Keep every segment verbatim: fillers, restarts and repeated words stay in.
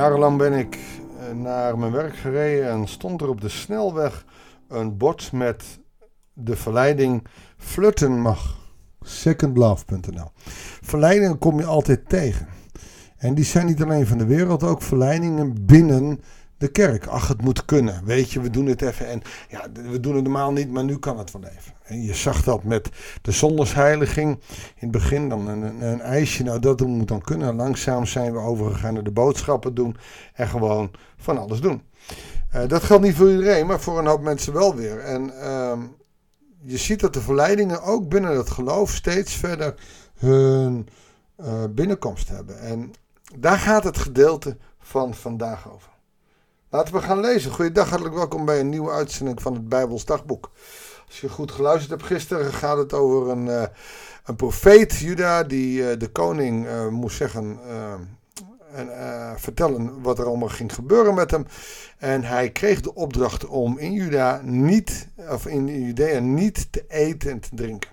Jarenlang ben ik naar mijn werk gereden en stond er op de snelweg een bord met de verleiding flirten mag. second love punt n l. Verleidingen kom je altijd tegen. En die zijn niet alleen van de wereld, ook verleidingen binnen de kerk. Ach, het moet kunnen. Weet je, we doen het even. En ja, we doen het normaal niet, maar nu kan het wel even. En je zag dat met de zondagsheiliging. In het begin dan een, een, een ijsje. Nou, dat moet dan kunnen. Langzaam zijn we overgegaan naar de boodschappen doen. En gewoon van alles doen. Uh, dat geldt niet voor iedereen, maar voor een hoop mensen wel weer. En uh, je ziet dat de verleidingen ook binnen het geloof steeds verder hun uh, binnenkomst hebben. En daar gaat het gedeelte van vandaag over. Laten we gaan lezen. Goeiedag, hartelijk welkom bij een nieuwe uitzending van het Bijbels Dagboek. Als je goed geluisterd hebt gisteren, gaat het over een, uh, een profeet, Juda, die uh, de koning uh, moest zeggen uh, en uh, vertellen wat er allemaal ging gebeuren met hem. En hij kreeg de opdracht om in Juda niet, of in Judea niet te eten en te drinken.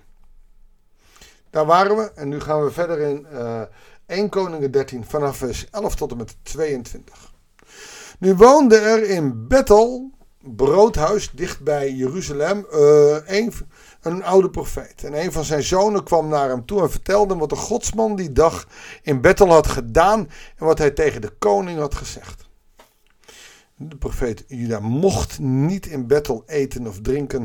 Daar waren we en nu gaan we verder in uh, eerste Koningen dertien vanaf vers elf tot en met tweeëntwintig. Nu woonde er in Bethel, broodhuis dicht bij Jeruzalem, uh, een, een oude profeet. En een van zijn zonen kwam naar hem toe en vertelde hem wat de godsman die dag in Bethel had gedaan en wat hij tegen de koning had gezegd. De profeet Juda mocht niet in Bethel eten of drinken.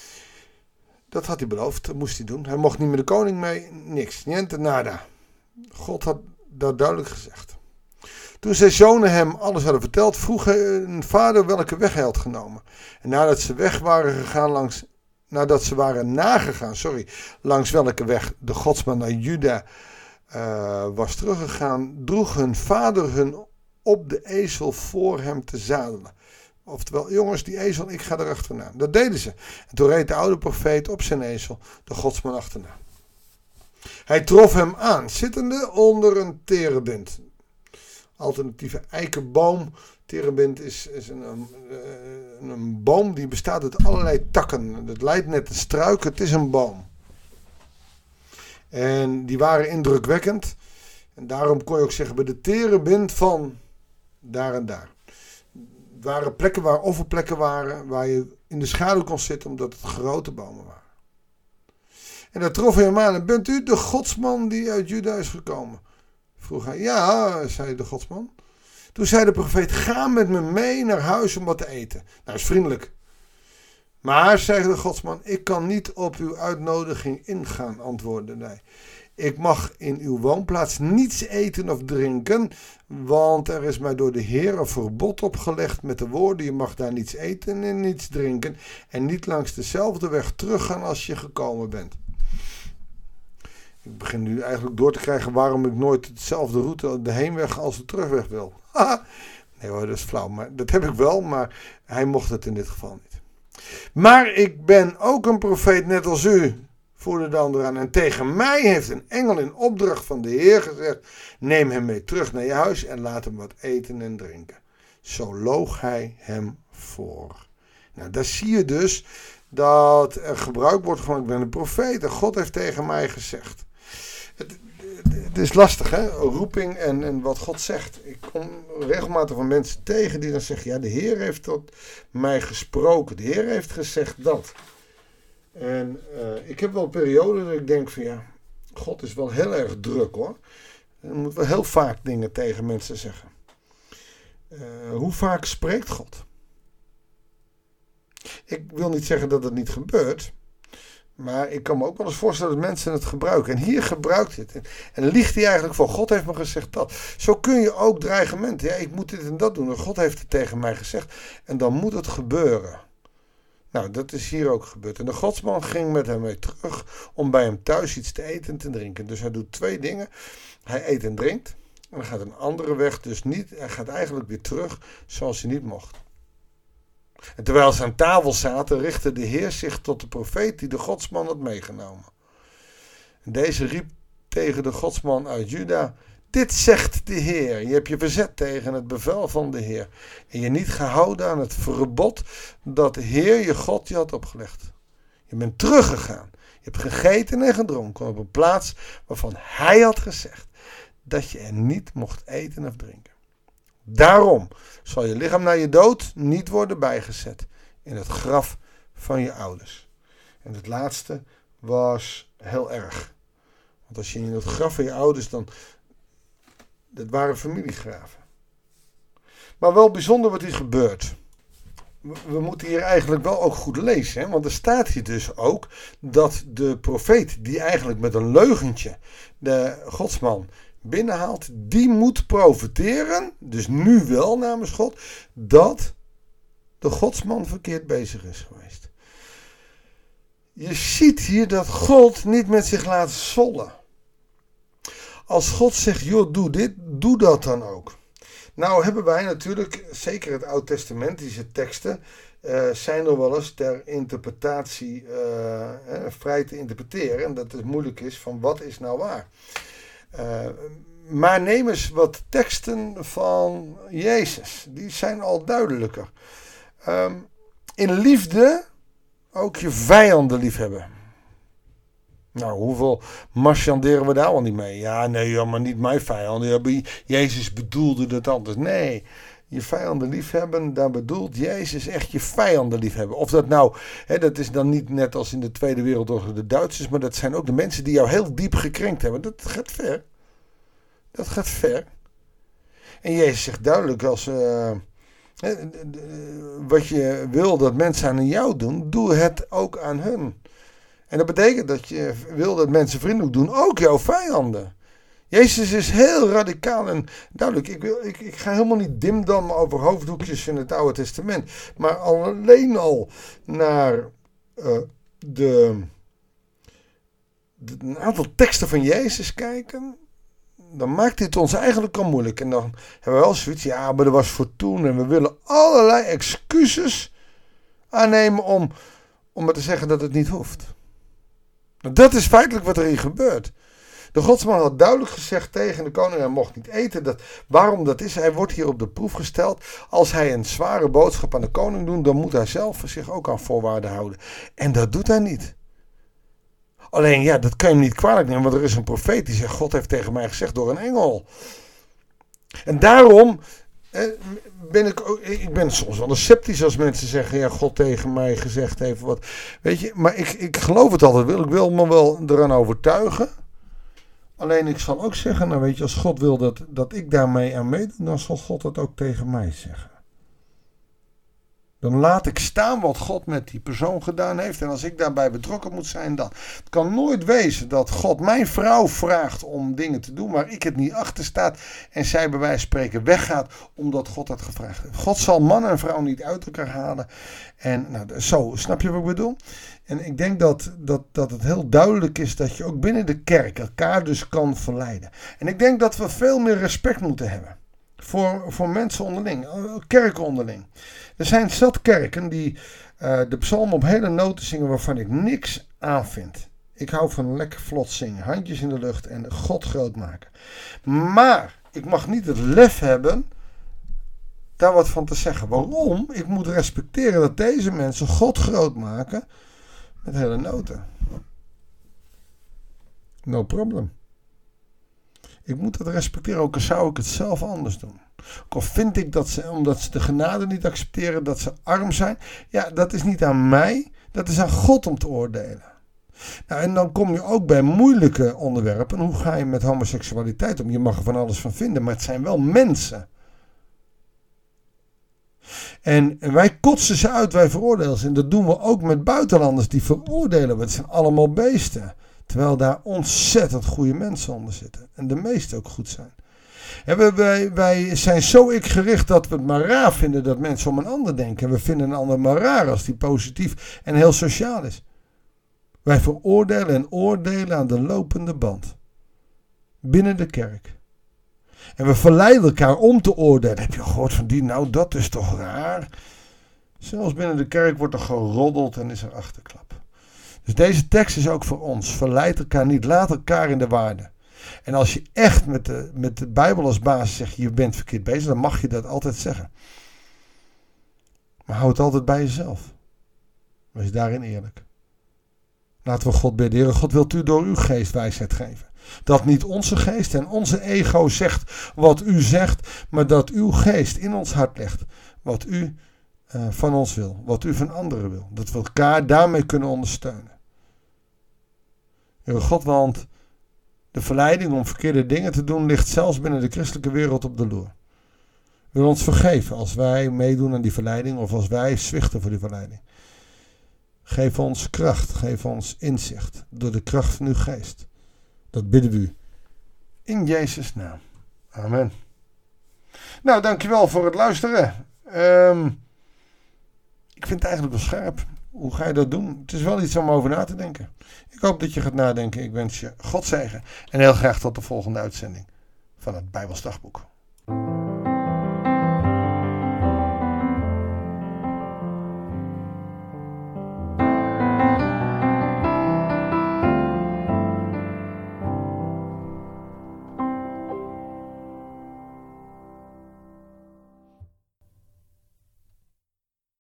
Dat had hij beloofd, dat moest hij doen. Hij mocht niet met de koning mee, niks, niente nada. God had dat duidelijk gezegd. Toen zijn zonen hem alles hadden verteld, vroeg hun vader welke weg hij had genomen. En nadat ze weg waren gegaan langs, nadat ze waren nagegaan, sorry, langs welke weg de godsman naar Juda uh, was teruggegaan, droeg hun vader hun op de ezel voor hem te zadelen. Oftewel, jongens, die ezel, ik ga erachterna. Dat deden ze. En toen reed de oude profeet op zijn ezel de godsman achterna. Hij trof hem aan, zittende onder een terebint. Alternatieve eikenboom. Terebint is, is een, een, een boom die bestaat uit allerlei takken. Het lijkt net een struik, het is een boom. En die waren indrukwekkend. En daarom kon je ook zeggen bij de terebint van daar en daar. Het waren plekken waar offerplekken waren, waar je in de schaduw kon zitten omdat het grote bomen waren. En daar trof hij hem aan. En bent u de godsman die uit Juda is gekomen? Vroeg hij. Ja, zei de godsman. Toen zei de profeet, ga met me mee naar huis om wat te eten. Nou, is vriendelijk. Maar, zei de godsman, ik kan niet op uw uitnodiging ingaan, antwoordde hij. Ik mag in uw woonplaats niets eten of drinken, want er is mij door de Heer een verbod opgelegd met de woorden, je mag daar niets eten en niets drinken en niet langs dezelfde weg teruggaan als je gekomen bent. Ik begin nu eigenlijk door te krijgen waarom ik nooit dezelfde route, de heenweg als de terugweg wil. Nee hoor, dat is flauw, maar dat heb ik wel, maar hij mocht het in dit geval niet. Maar ik ben ook een profeet net als u, voerde de ander aan. En tegen mij heeft een engel in opdracht van de Heer gezegd, neem hem mee terug naar je huis en laat hem wat eten en drinken. Zo loog hij hem voor. Nou, daar zie je dus dat er gebruik wordt van, ik ben een profeet en God heeft tegen mij gezegd. Het, het is lastig, hè? Roeping en, en wat God zegt. Ik kom regelmatig van mensen tegen die dan zeggen, ja, de Heer heeft tot mij gesproken. De Heer heeft gezegd dat. En uh, ik heb wel perioden dat ik denk van, ja, God is wel heel erg druk, hoor. Er moet wel heel vaak dingen tegen mensen zeggen. Uh, hoe vaak spreekt God? Ik wil niet zeggen dat het niet gebeurt. Maar ik kan me ook wel eens voorstellen dat mensen het gebruiken. En hier gebruikt hij het. En liegt hij eigenlijk voor. God heeft me gezegd dat. Zo kun je ook dreigementen. Ja, ik moet dit en dat doen. En God heeft het tegen mij gezegd. En dan moet het gebeuren. Nou, dat is hier ook gebeurd. En de godsman ging met hem mee terug om bij hem thuis iets te eten en te drinken. Dus hij doet twee dingen. Hij eet en drinkt. En hij gaat een andere weg dus niet. Hij gaat eigenlijk weer terug zoals hij niet mocht. En terwijl ze aan tafel zaten, richtte de Heer zich tot de profeet die de godsman had meegenomen. En deze riep tegen de godsman uit Juda, dit zegt de Heer, je hebt je verzet tegen het bevel van de Heer en je niet gehouden aan het verbod dat de Heer je God je had opgelegd. Je bent teruggegaan, je hebt gegeten en gedronken op een plaats waarvan hij had gezegd dat je er niet mocht eten of drinken. Daarom zal je lichaam na je dood niet worden bijgezet in het graf van je ouders. En het laatste was heel erg. Want als je in het graf van je ouders, dan... Dat waren familiegraven. Maar wel bijzonder wat hier gebeurt. We moeten hier eigenlijk wel ook goed lezen. Hè? Want er staat hier dus ook dat de profeet die eigenlijk met een leugentje de godsman binnenhaalt, die moet profeteren, dus nu wel namens God, dat de godsman verkeerd bezig is geweest. Je ziet hier dat God niet met zich laat zollen. Als God zegt, joh, doe dit, doe dat dan ook. Nou hebben wij natuurlijk, zeker het Oud-testamentische teksten, uh, zijn er wel eens ter interpretatie uh, eh, vrij te interpreteren. En dat het moeilijk is van wat is nou waar. Uh, maar neem eens wat teksten van Jezus. Die zijn al duidelijker. Um, in liefde ook je vijanden liefhebben. Nou, hoeveel marchanderen we daar al niet mee? Ja, nee, ja, maar niet mijn vijanden. Jezus bedoelde dat anders. Nee, je vijanden liefhebben, daar bedoelt Jezus echt je vijanden liefhebben. Of dat nou, hè, dat is dan niet net als in de Tweede Wereldoorlog de Duitsers, maar dat zijn ook de mensen die jou heel diep gekrenkt hebben. Dat gaat ver. Dat gaat ver. En Jezus zegt duidelijk, als uh, wat je wil dat mensen aan jou doen, doe het ook aan hun. En dat betekent dat je wil dat mensen vriendelijk doen, ook jouw vijanden. Jezus is heel radicaal en duidelijk. Ik, wil, ik, ik ga helemaal niet dimdammen over hoofddoekjes in het Oude Testament. Maar alleen al naar uh, de, de, een aantal teksten van Jezus kijken, dan maakt dit ons eigenlijk al moeilijk. En dan hebben we wel zoiets, ja, maar dat was voor toen. En we willen allerlei excuses aannemen om, om maar te zeggen dat het niet hoeft. Dat is feitelijk wat er hier gebeurt. De godsman had duidelijk gezegd tegen de koning, hij mocht niet eten. Dat, waarom dat is, hij wordt hier op de proef gesteld. Als hij een zware boodschap aan de koning doet, dan moet hij zelf zich ook aan voorwaarden houden. En dat doet hij niet. Alleen ja, dat kan je hem niet kwalijk nemen, want er is een profeet die zegt, God heeft tegen mij gezegd door een engel. En daarom ben ik, ik ben soms wel eens sceptisch als mensen zeggen, ja, God tegen mij gezegd heeft wat. Weet je, maar ik, ik geloof het altijd wel. Ik wil me wel eraan overtuigen. Alleen ik zal ook zeggen, nou weet je, als God wil dat, dat ik daarmee aan meedoe, dan zal God dat ook tegen mij zeggen. Dan laat ik staan wat God met die persoon gedaan heeft. En als ik daarbij betrokken moet zijn, dan. Het kan nooit wezen dat God mijn vrouw vraagt om dingen te doen, waar ik het niet achter staat. En zij bij wijze van spreken weggaat, omdat God dat gevraagd heeft. God zal man en vrouw niet uit elkaar halen. En nou, zo, snap je wat ik bedoel? En ik denk dat, dat, dat het heel duidelijk is dat je ook binnen de kerk elkaar dus kan verleiden. En ik denk dat we veel meer respect moeten hebben. Voor, voor mensen onderling, kerken onderling. Er zijn zat kerken die uh, de psalm op hele noten zingen waarvan ik niks aan vind. Ik hou van lekker vlot zingen, handjes in de lucht en God groot maken. Maar ik mag niet het lef hebben daar wat van te zeggen. Waarom? Ik moet respecteren dat deze mensen God groot maken met hele noten. No problem. Ik moet dat respecteren, ook al zou ik het zelf anders doen. Ook al vind ik dat ze, omdat ze de genade niet accepteren, dat ze arm zijn. Ja, dat is niet aan mij, dat is aan God om te oordelen. Nou, en dan kom je ook bij moeilijke onderwerpen. Hoe ga je met homoseksualiteit om? Je mag er van alles van vinden, maar het zijn wel mensen. En wij kotsen ze uit, wij veroordelen ze. En dat doen we ook met buitenlanders, die veroordelen we. Het zijn allemaal beesten. Terwijl daar ontzettend goede mensen onder zitten. En de meeste ook goed zijn. En wij, wij zijn zo ik-gericht dat we het maar raar vinden dat mensen om een ander denken. En we vinden een ander maar raar als die positief en heel sociaal is. Wij veroordelen en oordelen aan de lopende band. Binnen de kerk. En we verleiden elkaar om te oordelen. Heb je gehoord van die? Nou, dat is toch raar? Zelfs binnen de kerk wordt er geroddeld en is er achterklap. Dus deze tekst is ook voor ons. Verleid elkaar niet. Laat elkaar in de waarde. En als je echt met de, met de Bijbel als basis zegt, je bent verkeerd bezig, dan mag je dat altijd zeggen. Maar hou het altijd bij jezelf. Wees daarin eerlijk. Laten we God bidden. Heer God, wilt u door uw geest wijsheid geven. Dat niet onze geest en onze ego zegt wat u zegt, maar dat uw geest in ons hart legt wat u uh, van ons wil, wat u van anderen wil. Dat we elkaar daarmee kunnen ondersteunen. Heere God, want de verleiding om verkeerde dingen te doen ligt zelfs binnen de christelijke wereld op de loer. Wil ons vergeven als wij meedoen aan die verleiding of als wij zwichten voor die verleiding. Geef ons kracht, geef ons inzicht door de kracht van uw geest. Dat bidden we u. In Jezus' naam. Amen. Nou, dankjewel voor het luisteren. Um, ik vind het eigenlijk wel scherp. Hoe ga je dat doen? Het is wel iets om over na te denken. Ik hoop dat je gaat nadenken. Ik wens je God zegen. En heel graag tot de volgende uitzending van het Bijbels Dagboek.